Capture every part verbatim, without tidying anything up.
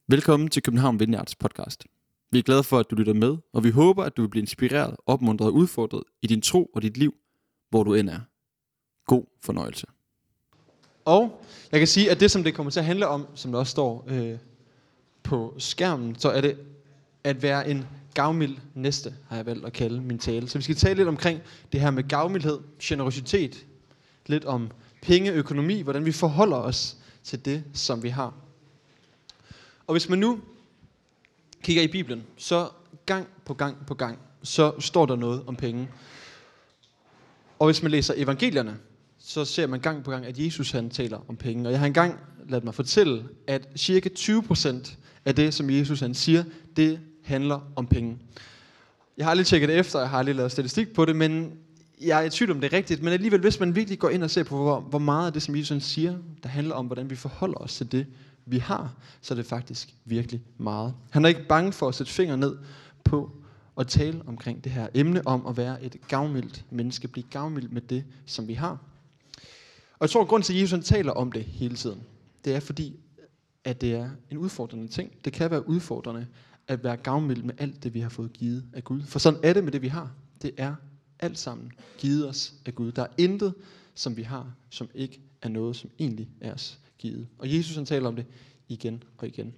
Velkommen til København Vineyards podcast. Vi er glade for, at du lytter med, og vi håber, at du vil blive inspireret, opmuntret og udfordret i din tro og dit liv, hvor du end er. God fornøjelse. Og jeg kan sige, at det, som det kommer til at handle om, som der også står øh, på skærmen, så er det at være en gavmild næste, har jeg valgt at kalde min tale. Så vi skal tale lidt omkring det her med gavmildhed, generøsitet, lidt om penge, økonomi, hvordan vi forholder os til det, som vi har. Og hvis man nu kigger i Bibelen, så gang på gang på gang, så står der noget om penge. Og hvis man læser evangelierne, så ser man gang på gang, at Jesus han taler om penge. Og jeg har engang ladet mig fortælle, at cirka tyve procent af det, som Jesus han siger, det handler om penge. Jeg har aldrig tjekket det efter, jeg har aldrig lavet statistik på det, men jeg er i tvivl om det er rigtigt. Men alligevel, hvis man virkelig går ind og ser på, hvor, hvor meget af det, som Jesus han siger, der handler om, hvordan vi forholder os til det, vi har, så er det faktisk virkelig meget. Han er ikke bange for at sætte fingeren ned på og tale omkring det her emne om at være et gavmildt menneske, blive gavmild med det, som vi har. Og jeg tror, at grunden til, at Jesus taler om det hele tiden, det er fordi, at det er en udfordrende ting. Det kan være udfordrende at være gavmild med alt det, vi har fået givet af Gud. For sådan er det med det, vi har. Det er alt sammen givet os af Gud. Der er intet, som vi har, som ikke er noget, som egentlig er os givet. Og Jesus han taler om det igen og igen.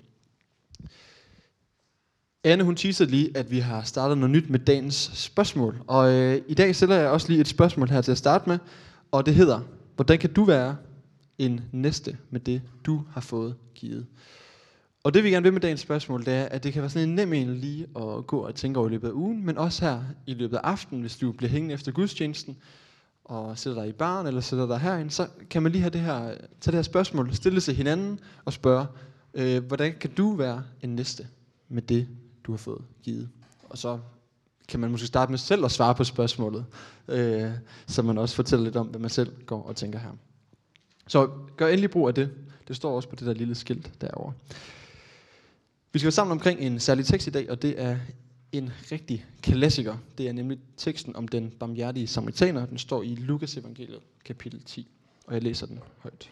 Anne hun teasede lige, at vi har startet noget nyt med dagens spørgsmål. Og øh, i dag stiller jeg også lige et spørgsmål her til at starte med. Og det hedder, hvordan kan du være en næste med det, du har fået givet? Og det vi gerne vil med dagens spørgsmål, det er, at det kan være sådan en nem en lige at gå og tænke over i løbet af ugen, men også her i løbet af aftenen, hvis du bliver hængende efter gudstjenesten, og sætter dig i baren, eller sætter dig herind, så kan man lige have det her, tage det her spørgsmål, stille til hinanden og spørge, øh, hvordan kan du være en næste med det, du har fået givet? Og så kan man måske starte med selv at svare på spørgsmålet, øh, så man også fortæller lidt om, hvad man selv går og tænker her. Så gør endelig brug af det. Det står også på det der lille skilt derovre. Vi skal være sammen omkring en særlig tekst i dag, og det er en rigtig klassiker. Det er nemlig teksten om den barmhjertige samaritaner. Den står i Lukas evangeliet, kapitel ti, og jeg læser den højt.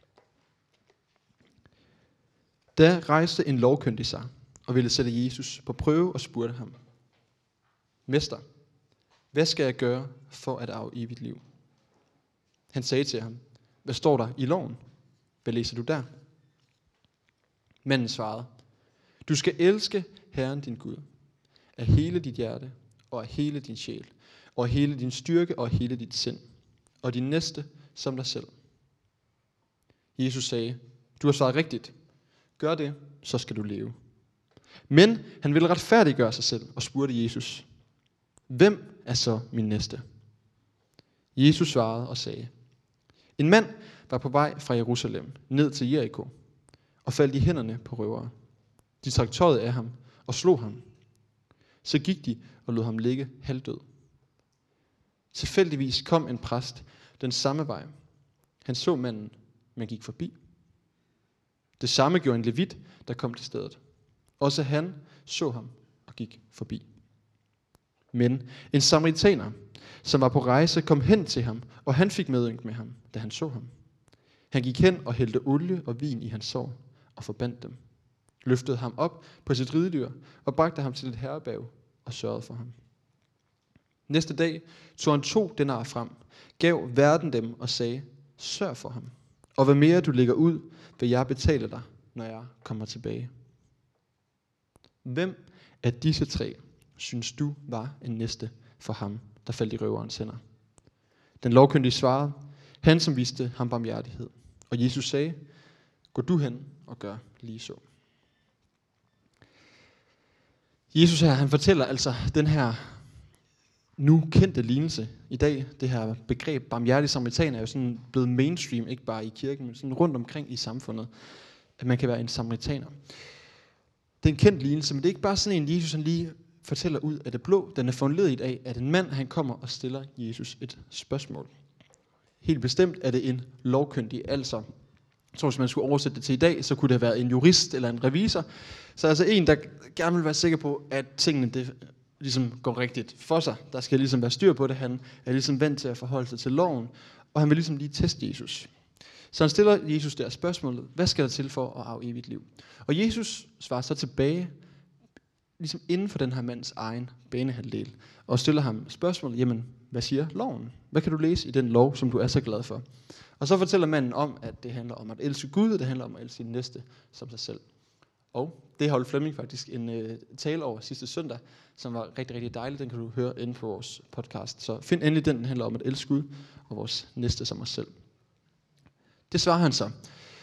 Da rejste en lovkyndig sig og ville sætte Jesus på prøve og spurgte ham: Mester, hvad skal jeg gøre for at arve evigt liv? Han sagde til ham: Hvad står der i loven? Hvad læser du der? Manden svarede: Du skal elske Herren din Gud af hele dit hjerte, og af hele din sjæl, og af hele din styrke, og af hele dit sind, og din næste som dig selv. Jesus sagde: Du har svaret rigtigt. Gør det, så skal du leve. Men han ville retfærdiggøre sig selv, og spurgte Jesus: Hvem er så min næste? Jesus svarede og sagde: En mand var på vej fra Jerusalem ned til Jericho, og faldt i hænderne på røvere. De trak tøjet af ham og slog ham. Så gik de og lod ham ligge halvdød. Tilfældigvis kom en præst den samme vej. Han så manden, men gik forbi. Det samme gjorde en levit, der kom til stedet. Også han så ham og gik forbi. Men en samaritaner, som var på rejse, kom hen til ham, og han fik medynk med ham, da han så ham. Han gik hen og hældte olie og vin i hans sår og forbandt dem. Løftede ham op på sit ridedyr og bragte ham til et herberg og sørgede for ham. Næste dag tog han to denarer frem, gav verden dem og sagde: Sørg for ham, og hvad mere du lægger ud, vil jeg betale dig, når jeg kommer tilbage. Hvem af disse tre synes du var en næste for ham, der faldt i røverens hænder? Den lovkyndige svarede: Han, som viste ham barmhjertighed. Og Jesus sagde: Gå du hen og gør lige så. Jesus her, han fortæller altså den her nu kendte lignelse i dag. Det her begreb barmhjertig samaritaner er jo sådan blevet mainstream, ikke bare i kirken, men sådan rundt omkring i samfundet, at man kan være en samaritaner. Det er en kendt lignelse, men det er ikke bare sådan en, Jesus han lige fortæller ud af det blå. Den er foranlediget af, at en mand han kommer og stiller Jesus et spørgsmål. Helt bestemt er det en lovkyndig, altså jeg tror, hvis man skulle oversætte det til i dag, så kunne det have været en jurist eller en revisor. Så altså en, der gerne vil være sikker på, at tingene det ligesom går rigtigt for sig. Der skal ligesom være styr på det. Han er ligesom vant til at forholde sig til loven, og han vil ligesom lige teste Jesus. Så han stiller Jesus der spørgsmålet, hvad skal der til for at arve evigt liv? Og Jesus svarer så tilbage, ligesom inden for den her mands egen banehalvdel, og stiller ham spørgsmålet, jamen, hvad siger loven? Hvad kan du læse i den lov, som du er så glad for? Og så fortæller manden om, at det handler om at elske Gud, og det handler om at elske sin næste som sig selv. Og det holdt Flemming faktisk en øh, tale over sidste søndag, som var rigtig, rigtig dejlig. Den kan du høre inde på vores podcast. Så find endelig den, den handler om at elske Gud og vores næste som os selv. Det svarer han så.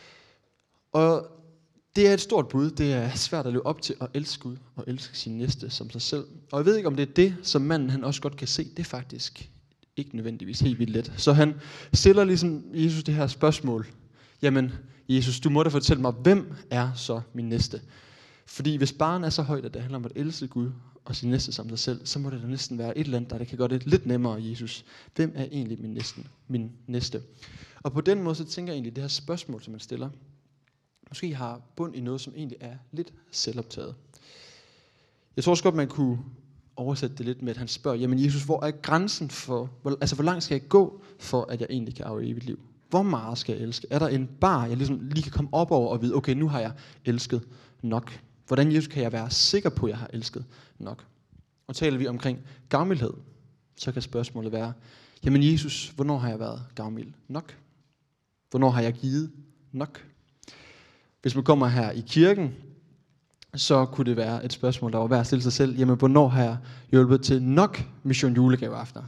Og det er et stort bud. Det er svært at leve op til at elske Gud og elske sin næste som sig selv. Og jeg ved ikke, om det er det, som manden han også godt kan se. Det er faktisk ikke nødvendigvis helt vildt let. Så han stiller ligesom Jesus det her spørgsmål. Jamen, Jesus, du må da fortælle mig, hvem er så min næste? Fordi hvis barnet er så højt, at det handler om at elske Gud og sin næste som sig selv, så må det da næsten være et eller andet, der det kan gøre det lidt nemmere, Jesus. Hvem er egentlig min næste? Min næste? Og på den måde, så tænker jeg egentlig, det her spørgsmål, som man stiller, måske har bund i noget, som egentlig er lidt selvoptaget. Jeg tror også godt, man kunne oversætte det lidt med, at han spørger, jamen Jesus, hvor er grænsen for, hvor, altså hvor langt skal jeg gå, for at jeg egentlig kan arve evigt liv? Hvor meget skal jeg elske? Er der en bar, jeg ligesom lige kan komme op over og vide, okay, nu har jeg elsket nok? Hvordan, Jesus, kan jeg være sikker på, at jeg har elsket nok? Og taler vi omkring gavmildhed, så kan spørgsmålet være, jamen Jesus, hvornår har jeg været gavmild nok? Hvornår har jeg givet nok? Hvis man kommer her i kirken, så kunne det være et spørgsmål, der var værd at stille sig selv, jamen hvornår har jeg hjulpet til nok mission julegaveaftener?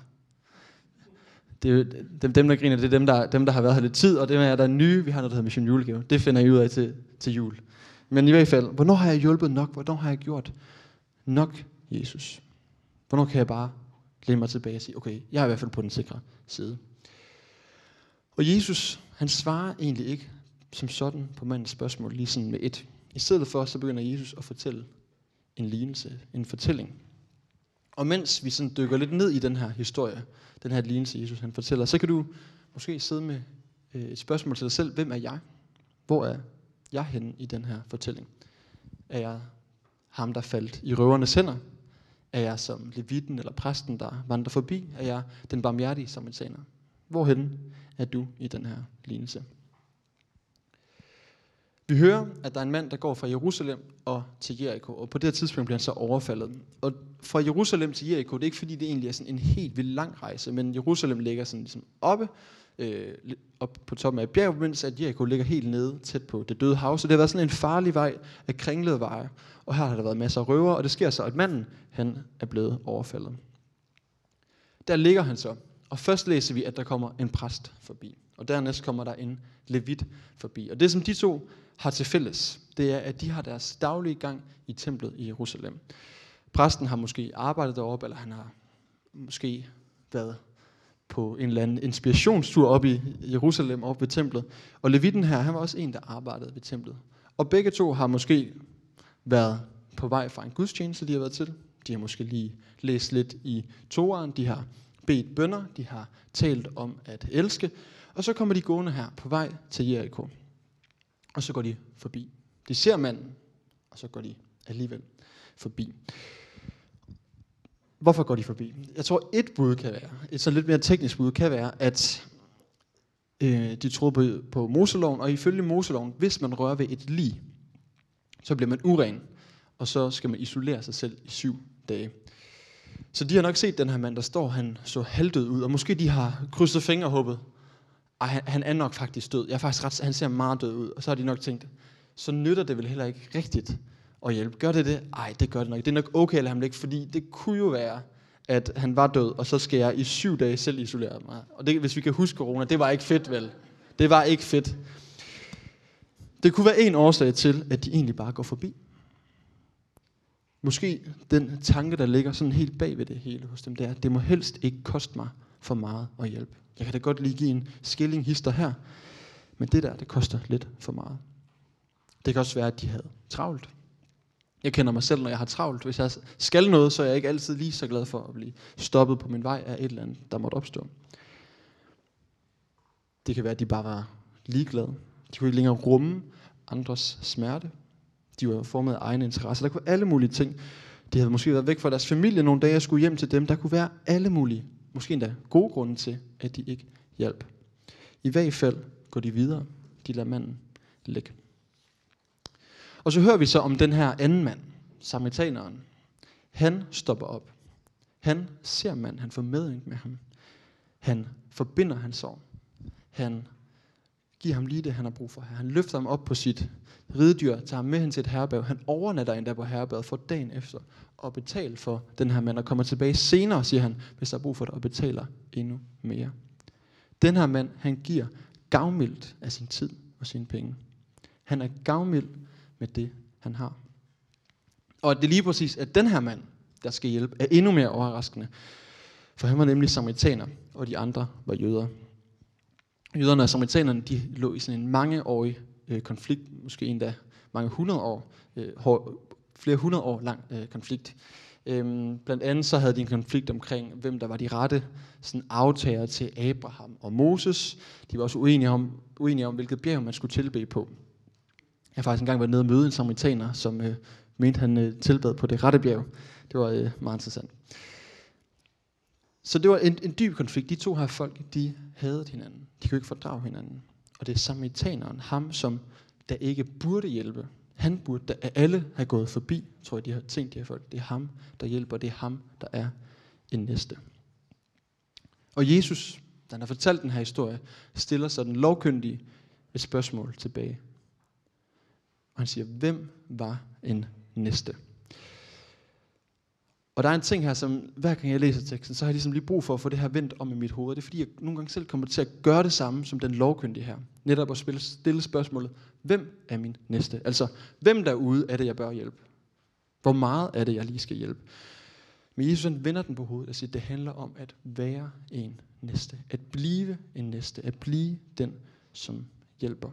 Det er jo dem, dem, der griner, det er dem der, dem, der har været her lidt tid, og dem er der er nye, vi har noget, der hedder mission julegave. Det finder I ud af til, til jul. Men i hvert fald, hvornår har jeg hjulpet nok? Hvornår har jeg gjort nok, Jesus? Hvornår kan jeg bare læne mig tilbage og sige, okay, jeg er i hvert fald på den sikre side. Og Jesus, han svarer egentlig ikke som sådan på mandens spørgsmål, lige sådan med et. I stedet for, så begynder Jesus at fortælle en lignelse, en fortælling. Og mens vi sådan dykker lidt ned i den her historie, den her lignelse, Jesus han fortæller, så kan du måske sidde med et spørgsmål til dig selv. Hvem er jeg? Hvor er jeg henne i den her fortælling? Er jeg ham, der faldt i røvernes hænder? Er jeg som levitten eller præsten, der vandrer forbi? Er jeg den barmhjertige samaritaner? Hvorhenne er du i den her lignelse? Vi hører, at der er en mand, der går fra Jerusalem og til Jericho, og på det her tidspunkt bliver han så overfaldet. Og fra Jerusalem til Jericho, det er ikke fordi, det egentlig er sådan en helt vildt lang rejse, men Jerusalem ligger sådan ligesom oppe, øh, op på toppen af bjerget, mens at Jericho ligger helt nede, tæt på det døde hav. Så det har været sådan en farlig vej af kringlede veje, og her har der været masser af røver, og det sker så, at manden, han er blevet overfaldet. Der ligger han så, og først læser vi, at der kommer en præst forbi, og dernæst kommer der en levit forbi. Og det, som de to har til fælles, det er, at de har deres daglige gang i templet i Jerusalem. Præsten har måske arbejdet deroppe, eller han har måske været på en eller anden inspirationstur op i Jerusalem, op ved templet. Og levitten her, han var også en, der arbejdede ved templet. Og begge to har måske været på vej fra en gudstjeneste, de har været til. De har måske lige læst lidt i Toraen, de har bedt bønner, de har talt om at elske. Og så kommer de gående her på vej til Jericho. Og så går de forbi. De ser manden, og så går de alligevel forbi. Hvorfor går de forbi? Jeg tror, et bud kan være, et sådan lidt mere teknisk bud kan være, at øh, de troede på, på Moseloven, og ifølge Moseloven, hvis man rører ved et lig, så bliver man uren, og så skal man isolere sig selv i syv dage. Så de har nok set den her mand, der står, han så halvdød ud, og måske de har krydset fingre og håbet, ej, han, han er nok faktisk død. Jeg er faktisk ret, han ser meget død ud. Og så har de nok tænkt, så nytter det vel heller ikke rigtigt at hjælpe. Gør det det? Ej, det gør det nok. Det er nok okay at lade ham ligge, fordi det kunne jo være, at han var død, og så skal jeg i syv dage selv isolere mig. Og det, hvis vi kan huske corona, det var ikke fedt, vel? Det var ikke fedt. Det kunne være en årsag til, at de egentlig bare går forbi. Måske den tanke, der ligger sådan helt bag ved det hele hos dem, det er, at det må helst ikke koste mig for meget at hjælpe. Jeg kan da godt lige give en skilling hister her, men det der, det koster lidt for meget. Det kan også være, at de havde travlt. Jeg kender mig selv, når jeg har travlt. Hvis jeg skal noget, så er jeg ikke altid lige så glad for at blive stoppet på min vej af et eller andet, der måtte opstå. Det kan være, at de bare var ligeglade. De kunne ikke længere rumme andres smerte. De var formet af egne interesser. Der kunne alle mulige ting. De havde måske været væk fra deres familie nogle dage og skulle hjem til dem. Der kunne være alle mulige, måske endda gode grunde til, at de ikke hjalp. I hvert fald går de videre. De lader manden ligge. Og så hører vi så om den her anden mand, samaritaneren. Han stopper op. Han ser manden, han får medynk med ham. Han forbinder hans sorg. Han giver ham lige det, han har brug for. Han løfter ham op på sit ridedyr, tager ham med hen til et herberg. Han overnatter endda på herberget for dagen efter og betaler for den her mand, og kommer tilbage senere, siger han, hvis der er brug for det, og betaler endnu mere. Den her mand, han giver gavmildt af sin tid og sine penge. Han er gavmild med det, han har. Og det er lige præcis, at den her mand, der skal hjælpe, er endnu mere overraskende. For han var nemlig samaritaner, og de andre var jøder. Jøderne og samaritanerne, de lå i sådan en mangeårig øh, konflikt, måske endda mange hundrede år, øh, flere hundrede år lang øh, konflikt. Øhm, blandt andet så havde de en konflikt omkring, hvem der var de rette sådan aftager til Abraham og Moses. De var også uenige om, uenige om hvilket bjerg man skulle tilbede på. Jeg har faktisk engang været nede og møde en samaritaner, som øh, mente, han øh, tilbad på det rette bjerg. Det var øh, meget interessant. Så det var en, en dyb konflikt. De to her folk, de hadede hinanden. De kunne ikke fordrage hinanden. Og det er samaritaneren, ham som der ikke burde hjælpe. Han burde da alle have gået forbi, tror jeg, de har tænkt de her folk. Det er ham, der hjælper. Det er ham, der er en næste. Og Jesus, da han har fortalt den her historie, stiller så den lovkyndige et spørgsmål tilbage. Og han siger, hvem var en næste? Og der er en ting her, som hver gang jeg læser teksten, så har jeg ligesom lige brug for at få det her vendt om i mit hoved. Det er fordi, jeg nogle gange selv kommer til at gøre det samme som den lovkyndige her. Netop at spille, stille spørgsmålet, hvem er min næste? Altså, hvem derude er det, jeg bør hjælpe? Hvor meget er det, jeg lige skal hjælpe? Men Jesus vender den på hovedet og siger, at det handler om at være en næste. At blive en næste. At blive den, som hjælper.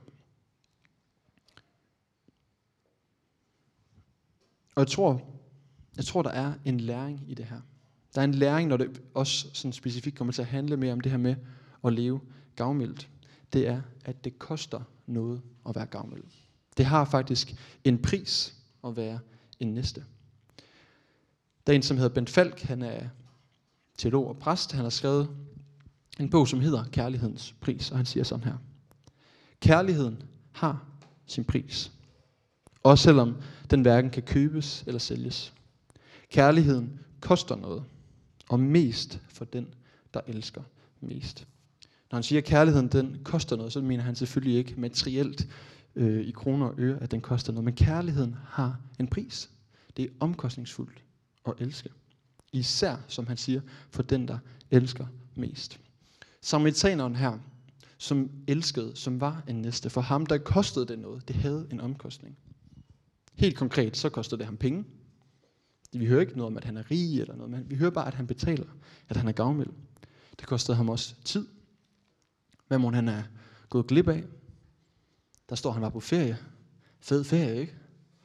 Og jeg tror, jeg tror, der er en læring i det her. Der er en læring, når det også sådan specifikt kommer til at handle mere om det her med at leve gavmildt. Det er, at det koster noget at være gavmild. Det har faktisk en pris at være en næste. Der er en, som hedder Bent Falk. Han er teolog og præst. Han har skrevet en bog, som hedder Kærlighedens pris. Og han siger sådan her. Kærligheden har sin pris. Også selvom den hverken kan købes eller sælges. Kærligheden koster noget, og mest for den, der elsker mest. Når han siger, at kærligheden den koster noget, så mener han selvfølgelig ikke materielt øh, i kroner og øre, at den koster noget. Men kærligheden har en pris. Det er omkostningsfuldt at elske. Især, som han siger, for den, der elsker mest. Samaritaneren her, som elskede, som var en næste, for ham, der kostede det noget. Det havde en omkostning. Helt konkret, så kostede det ham penge. Vi hører ikke noget om, at han er rig eller noget, men vi hører bare, at han betaler, at han er gavmild. Det kostede ham også tid. Hvad må han er gået glip af? Der står, han var på ferie. Fed ferie, ikke?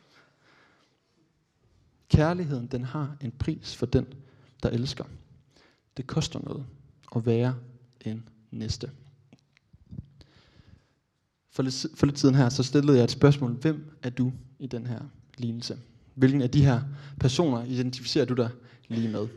Kærligheden, den har en pris for den, der elsker. Det koster noget at være en næste. For lidt, for lidt tiden her, så stillede jeg et spørgsmål. Hvem er du i den her lignelse? Hvilken af de her personer identificerer du dig lige med?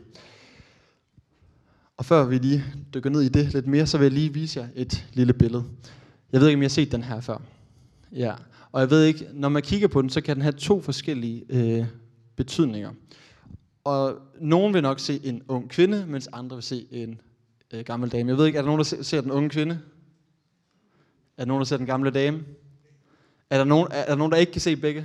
Og før vi lige dykker ned i det lidt mere, så vil jeg lige vise jer et lille billede. Jeg ved ikke, om I har set den her før. Ja. Og jeg ved ikke, når man kigger på den, så kan den have to forskellige øh, betydninger. Og nogen vil nok se en ung kvinde, mens andre vil se en øh, gammel dame. Jeg ved ikke, er der nogen, der ser den unge kvinde? Er der nogen, der ser den gamle dame? Er der nogen, er der, nogen der ikke kan se begge?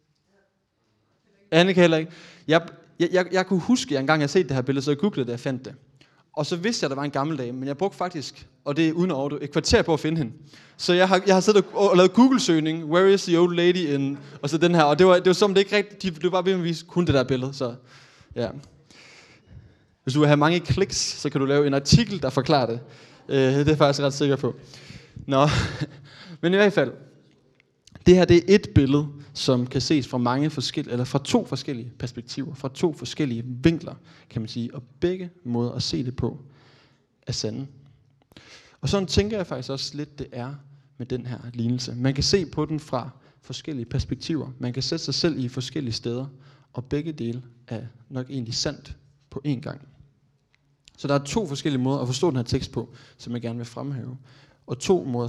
Anne kan heller ikke. Jeg, jeg, jeg, jeg kunne huske, at jeg engang havde set det her billede, så jeg googlede det og fandt det. Og så vidste jeg, at der var en gammel dame, men jeg brugte faktisk, og det er uden at overdrive, et kvarter på at finde hende. Så jeg har, jeg har siddet og, og lavet Google-søgning, where is the old lady in, og så den her, og det var, det var som det ikke rigtigt, det var bare ved at vise kun det der billede, så ja. Hvis du vil have mange kliks, så kan du lave en artikel, der forklarer det. Uh, det er jeg faktisk ret sikker på. Nå, men i hvert fald, det her det er et billede, som kan ses fra mange forskellige, eller fra to forskellige perspektiver, fra to forskellige vinkler, kan man sige, og begge måder at se det på er sande. Og sådan tænker jeg faktisk også lidt, det er med den her lignelse. Man kan se på den fra forskellige perspektiver. Man kan sætte sig selv i forskellige steder, og begge dele er nok egentlig sandt på én gang. Så der er to forskellige måder at forstå den her tekst på, som jeg gerne vil fremhæve. Og to måder, som jeg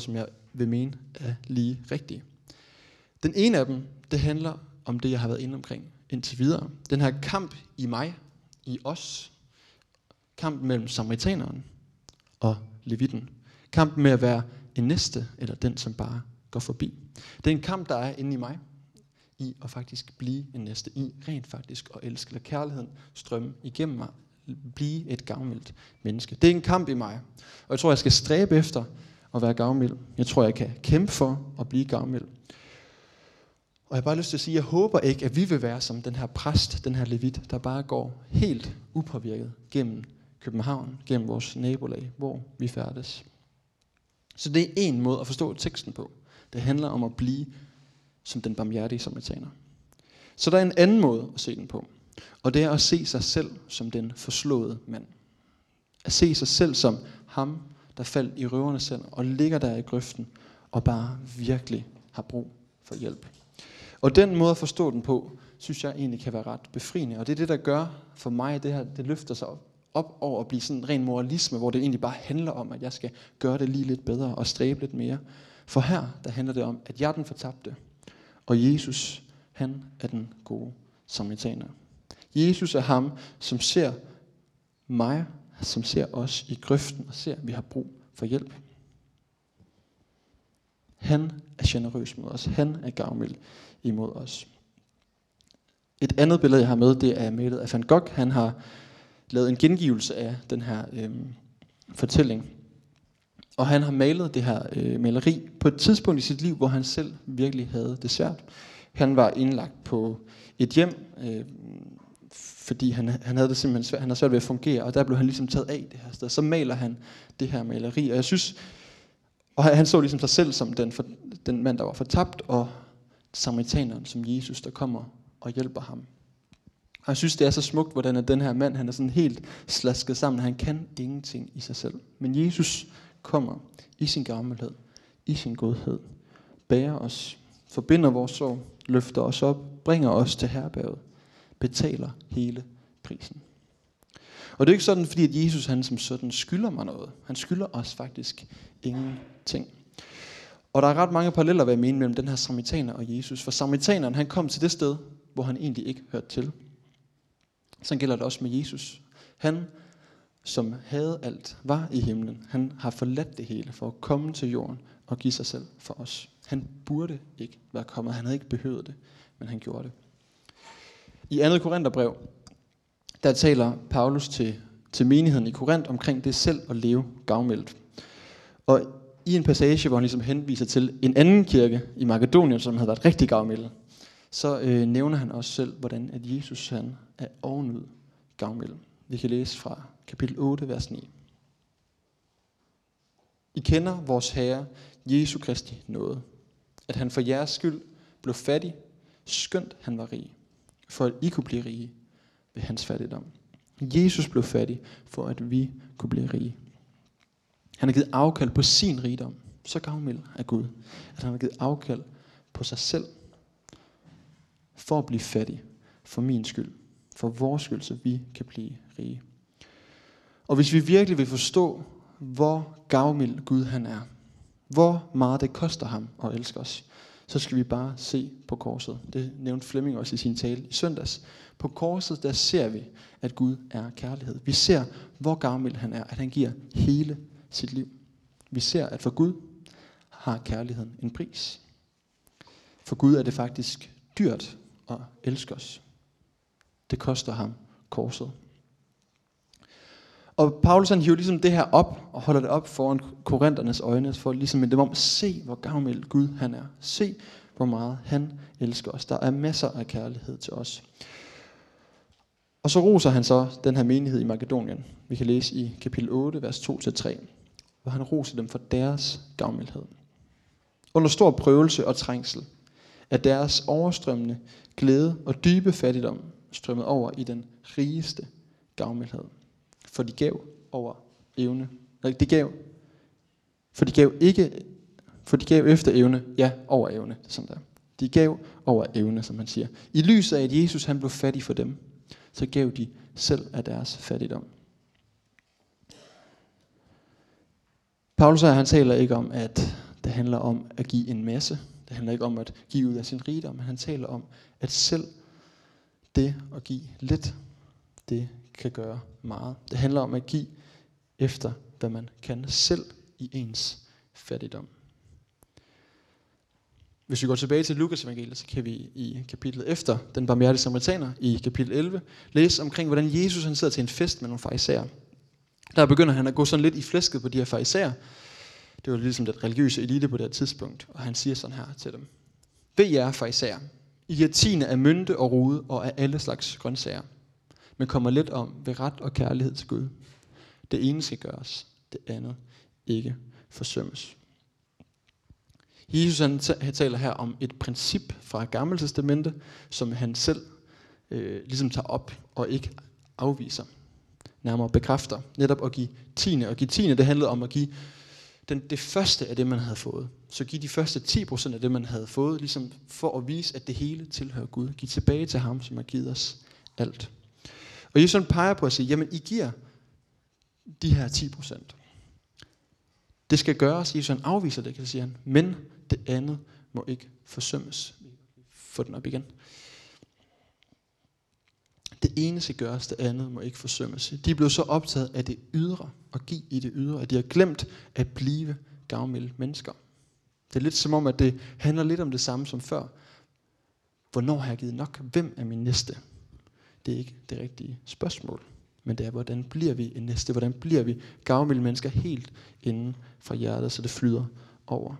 vil mene er lige rigtige. Den ene af dem, det handler om det, jeg har været inde omkring indtil videre. Den her kamp i mig, i os. Kampen mellem samaritaneren og levitten. Kampen med at være en næste, eller den, som bare går forbi. Det er en kamp, der er inde i mig, i at faktisk blive en næste, i rent faktisk at elske, lade kærligheden strømme igennem mig, blive et gavmildt menneske. Det er en kamp i mig, og jeg tror, jeg skal stræbe efter at være gavmild. Jeg tror, jeg kan kæmpe for at blive gavmild. Og jeg har bare lyst til at sige, at jeg håber ikke, at vi vil være som den her præst, den her levit, der bare går helt upåvirket gennem København, gennem vores nabolag, hvor vi færdes. Så det er en måde at forstå teksten på. Det handler om at blive som den barmhjertige samaritaner. Så der er en anden måde at se den på. Og det er at se sig selv som den forslåede mand. At se sig selv som ham, der faldt i røvernes hænder og ligger der i grøften og bare virkelig har brug for hjælp. Og den måde at forstå den på, synes jeg egentlig kan være ret befriende. Og det er det, der gør for mig, at det her det løfter sig op, op over at blive sådan en ren moralisme, hvor det egentlig bare handler om, at jeg skal gøre det lige lidt bedre og stræbe lidt mere. For her, der handler det om, at jeg er den fortabte, og Jesus, han er den gode samaritaner. Jesus er ham, som ser mig, som ser os i grøften og ser, at vi har brug for hjælp. Han er generøs mod os. Han er gavmild imod os. Et andet billede, jeg har med, det er malet af Van Gogh. Han har lavet en gengivelse af den her øh, fortælling. Og han har malet det her øh, maleri på et tidspunkt i sit liv, hvor han selv virkelig havde det svært. Han var indlagt på et hjem, øh, fordi han, han havde det simpelthen svært. Han havde svært ved at fungere, og der blev han ligesom taget af det her sted. Så maler han det her maleri, og jeg synes, og han så ligesom sig selv som den, for, den mand, der var fortabt, og samaritaneren som Jesus, der kommer og hjælper ham. Og jeg synes, det er så smukt, hvordan at den her mand, han er sådan helt slasket sammen. Han kan ingenting i sig selv. Men Jesus kommer i sin gavmildhed, i sin godhed, bærer os, forbinder vores sorg, løfter os op, bringer os til herberget, betaler hele prisen. Og det er ikke sådan, fordi at Jesus han som sådan skylder mig noget. Han skylder os faktisk ingenting. Og der er ret mange paralleller, hvad jeg mener, mellem den her samaritaner og Jesus. For samaritaneren, han kom til det sted, hvor han egentlig ikke hørte til. Sådan gælder det også med Jesus. Han, som havde alt, var i himlen. Han har forladt det hele for at komme til jorden og give sig selv for os. Han burde ikke være kommet. Han havde ikke behøvet det, men han gjorde det. I andet Korintherbrev, der taler Paulus til, til menigheden i Korinth omkring det selv at leve gavmildt. Og i en passage, hvor han ligesom henviser til en anden kirke i Makedonien, som havde været rigtig gavmild, så øh, nævner han også selv, hvordan at Jesus han er ovenud gavmild. Vi kan læse fra kapitel otte, vers ni. I kender vores Herre Jesu Kristi nåde, at han for jeres skyld blev fattig, skønt han var rig, for at I kunne blive rige ved hans fattigdom. Jesus blev fattig, for at vi kunne blive rige. Han har givet afkald på sin rigdom, så gavmild er Gud, at han har givet afkald på sig selv, for at blive fattig, for min skyld, for vores skyld, så vi kan blive rige. Og hvis vi virkelig vil forstå, hvor gavmild Gud han er, hvor meget det koster ham at elske os, så skal vi bare se på korset. Det nævnte Flemming også i sin tale i søndags. På korset, der ser vi, at Gud er kærlighed. Vi ser, hvor gavmild han er, at han giver hele sit liv. Vi ser, at for Gud har kærligheden en pris. For Gud er det faktisk dyrt at elske os. Det koster ham korset. Og Paulus han hiver ligesom det her op og holder det op foran korinternes øjne, for ligesom dem om at se, hvor gavmild Gud han er. Se, hvor meget han elsker os. Der er masser af kærlighed til os. Og så roser han så den her menighed i Makedonien. Vi kan læse i kapitel otte, vers to til tre, hvor han roser dem for deres gavmildhed. Under stor prøvelse og trængsel er deres overstrømmende glæde og dybe fattigdom strømmet over i den rigeste gavmildhed. For de gav over evne. Nej, de gav. For de gav ikke. For de gav efter evne. Ja, over evne. Det er sådan der. De gav over evne, som han siger. I lyset af, at Jesus han blev fattig for dem, så gav de selv af deres fattigdom. Paulus her, han taler ikke om, at det handler om at give en masse. Det handler ikke om at give ud af sin rigdom, men han taler om, at selv det at give lidt, det kan gøre meget. Det handler om at give efter, hvad man kan selv i ens fattigdom. Hvis vi går tilbage til Lukas evangeliet, så kan vi i kapitlet efter den barmhjertige samaritaner, i kapitel elleve, læse omkring, hvordan Jesus han sidder til en fest med nogle farisæer. Der begynder han at gå sådan lidt i flæsket på de her farisæer. Det var ligesom den religiøse elite på det her tidspunkt, og han siger sådan her til dem. Ved jer farisæer, I giver tiende af mynte og rude og af alle slags grøntsager, men kommer lidt om ved ret og kærlighed til Gud. Det ene skal gøres, det andet ikke forsømmes. Jesus han taler her om et princip fra Gamle Testamente, som han selv øh, ligesom tager op og ikke afviser. Nærmere bekræfter. Netop at give tiende. Og give tiende, det handlede om at give den, det første af det, man havde fået. Så give de første ti procent af det, man havde fået, ligesom for at vise, at det hele tilhører Gud. Giv tilbage til ham, som har givet os alt. Og Jesus peger på at sige, jamen I giver de her ti procent. Det skal gøres. Jesus han afviser det, kan sige han. Men det andet må ikke forsømmes. Få den op igen. Det ene skal gøres, det andet må ikke forsømmes. De blev så optaget af det ydre, og give i det ydre, at de har glemt at blive gavmilde mennesker. Det er lidt som om, at det handler lidt om det samme som før. Hvornår har jeg givet nok? Hvem er min næste? Det er ikke det rigtige spørgsmål. Men det er, hvordan bliver vi en næste? Hvordan bliver vi gavmilde mennesker helt inden fra hjertet, så det flyder over?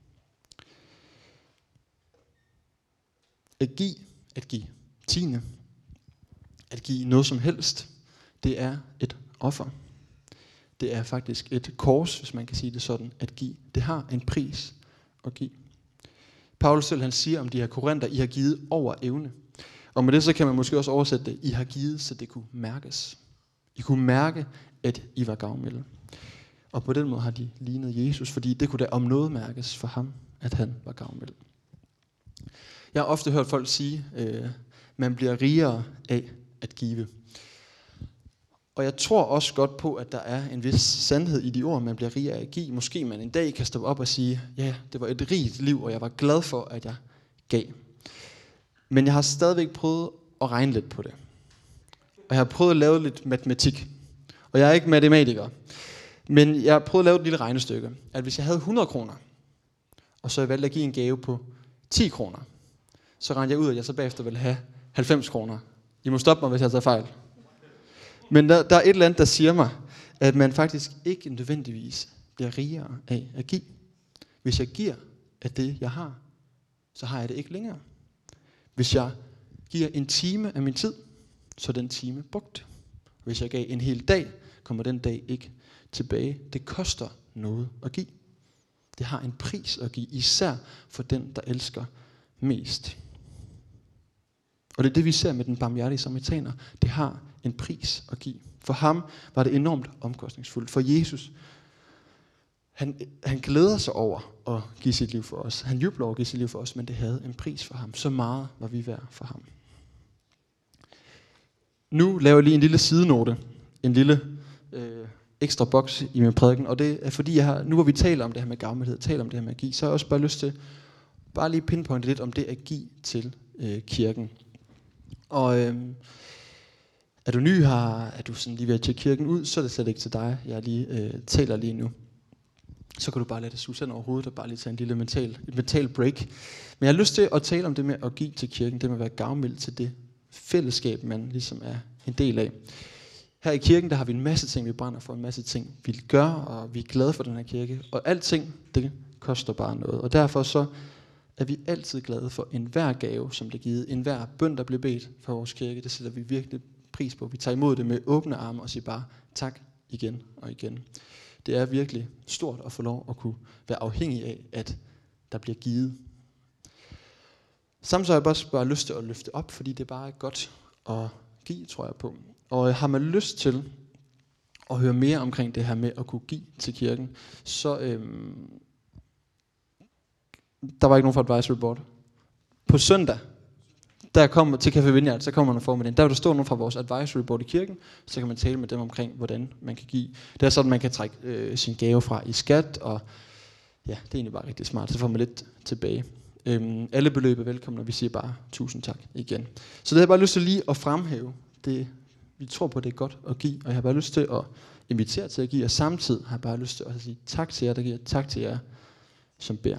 At give, at give tiende, at give noget som helst, det er et offer. Det er faktisk et kors, hvis man kan sige det sådan, at give. Det har en pris at give. Paulus selv han siger om de her korinther, I har givet over evne. Og med det så kan man måske også oversætte det, I har givet, så det kunne mærkes. I kunne mærke, at I var gavmilde. Og på den måde har de lignet Jesus, fordi det kunne da om noget mærkes for ham, at han var gavmild. Jeg har ofte hørt folk sige, at øh, man bliver rigere af at give. Og jeg tror også godt på, at der er en vis sandhed i de ord, man bliver rigere af at give. Måske man en dag kan stå op og sige, ja, det var et rigt liv, og jeg var glad for, at jeg gav. Men jeg har stadigvæk prøvet at regne lidt på det. Og jeg har prøvet at lave lidt matematik. Og jeg er ikke matematiker. Men jeg har prøvet at lave et lille regnestykke. At hvis jeg havde hundrede kroner, og så jeg valgte at give en gave på ti kroner, så regnede jeg ud, at jeg så bagefter ville have halvfems kroner. I må stoppe mig, hvis jeg tager fejl. Men der, der er et eller andet, der siger mig, at man faktisk ikke nødvendigvis bliver rigere af at give. Hvis jeg giver af det, jeg har, så har jeg det ikke længere. Hvis jeg giver en time af min tid, så er den time brugt. Hvis jeg gav en hel dag, kommer den dag ikke tilbage. Det koster noget at give. Det har en pris at give, især for den, der elsker mest. Og det er det, vi ser med den barmhjertige samaritaner. Det har en pris at give. For ham var det enormt omkostningsfuldt. For Jesus, han, han glæder sig over at give sit liv for os. Han jubler over at give sit liv for os, men det havde en pris for ham. Så meget var vi værd for ham. Nu laver jeg lige en lille sidenote. En lille øh, ekstra boks i min prædiken. Og det er fordi, jeg har, nu hvor vi taler om det her med gavmildhed, taler om det her med at give, så har jeg også bare lyst til bare lige pinpointe lidt om det at give til øh, kirken. Og øh, er du ny her, er du sådan lige ved at tjekke kirken ud, så er det slet ikke til dig. Jeg lige øh, taler lige nu. Så kan du bare lade det suge over hovedet og bare lige tage en lille mental, mental break. Men jeg har lyst til at tale om det med at give til kirken, det med at være gavmild til det fællesskab, man ligesom er en del af. Her i kirken, der har vi en masse ting, vi brænder for, en masse ting, vi gør, og vi er glade for den her kirke. Og alting, det koster bare noget. Og derfor så er vi altid glade for enhver gave, som bliver givet. Enhver bøn, der bliver bedt for vores kirke, det sætter vi virkelig pris på. Vi tager imod det med åbne arme og siger bare tak igen og igen. Det er virkelig stort at få lov at kunne være afhængig af, at der bliver givet. Samtidig har jeg bare, bare lyst til at løfte op, fordi det bare er godt at give, tror jeg på. Og har man lyst til at høre mere omkring det her med at kunne give til kirken, så øhm, der var ikke nogen fra Advisory Board. På søndag, der kommer til Café Vineyard, så kommer man og får med den. Der vil der stå nogen fra vores Advisory Board i kirken, så kan man tale med dem omkring, hvordan man kan give. Det er sådan, man kan trække øh, sin gave fra i skat, og Ja, det er egentlig bare rigtig smart. Så får man lidt tilbage. Øhm, alle beløb er velkomne, og vi siger bare tusind tak igen. Så det har jeg bare lyst til lige at fremhæve. Det, vi tror på, det er godt at give, og jeg har bare lyst til at invitere til at give, og samtidig har jeg bare lyst til at sige tak til jer, der giver, tak til jer, som beder.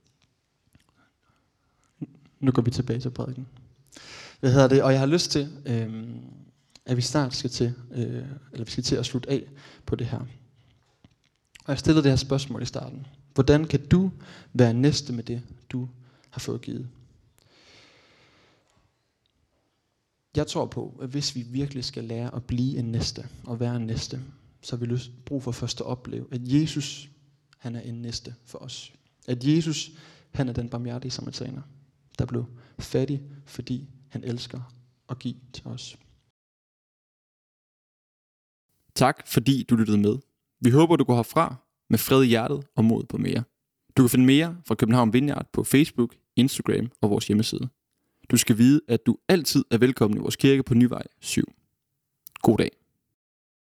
Nu går vi tilbage til prædiken. Hvad hedder det? Og jeg har lyst til, øhm, at vi snart skal til, øh, eller vi skal til at slutte af på det her. Og jeg stillede det her spørgsmål i starten. Hvordan kan du være næste med det, du har fået givet? Jeg tror på, at hvis vi virkelig skal lære at blive en næste, og være en næste, så har vi brug for først at opleve, at Jesus, han er en næste for os. At Jesus, han er den barmhjertige samaritaner, der blev fattig, fordi han elsker at give til os. Tak fordi du lyttede med. Vi håber, du går herfra med fred i hjertet og mod på mere. Du kan finde mere fra København Vineyard på Facebook, Instagram og vores hjemmeside. Du skal vide, at du altid er velkommen i vores kirke på Nyvej syv. God dag.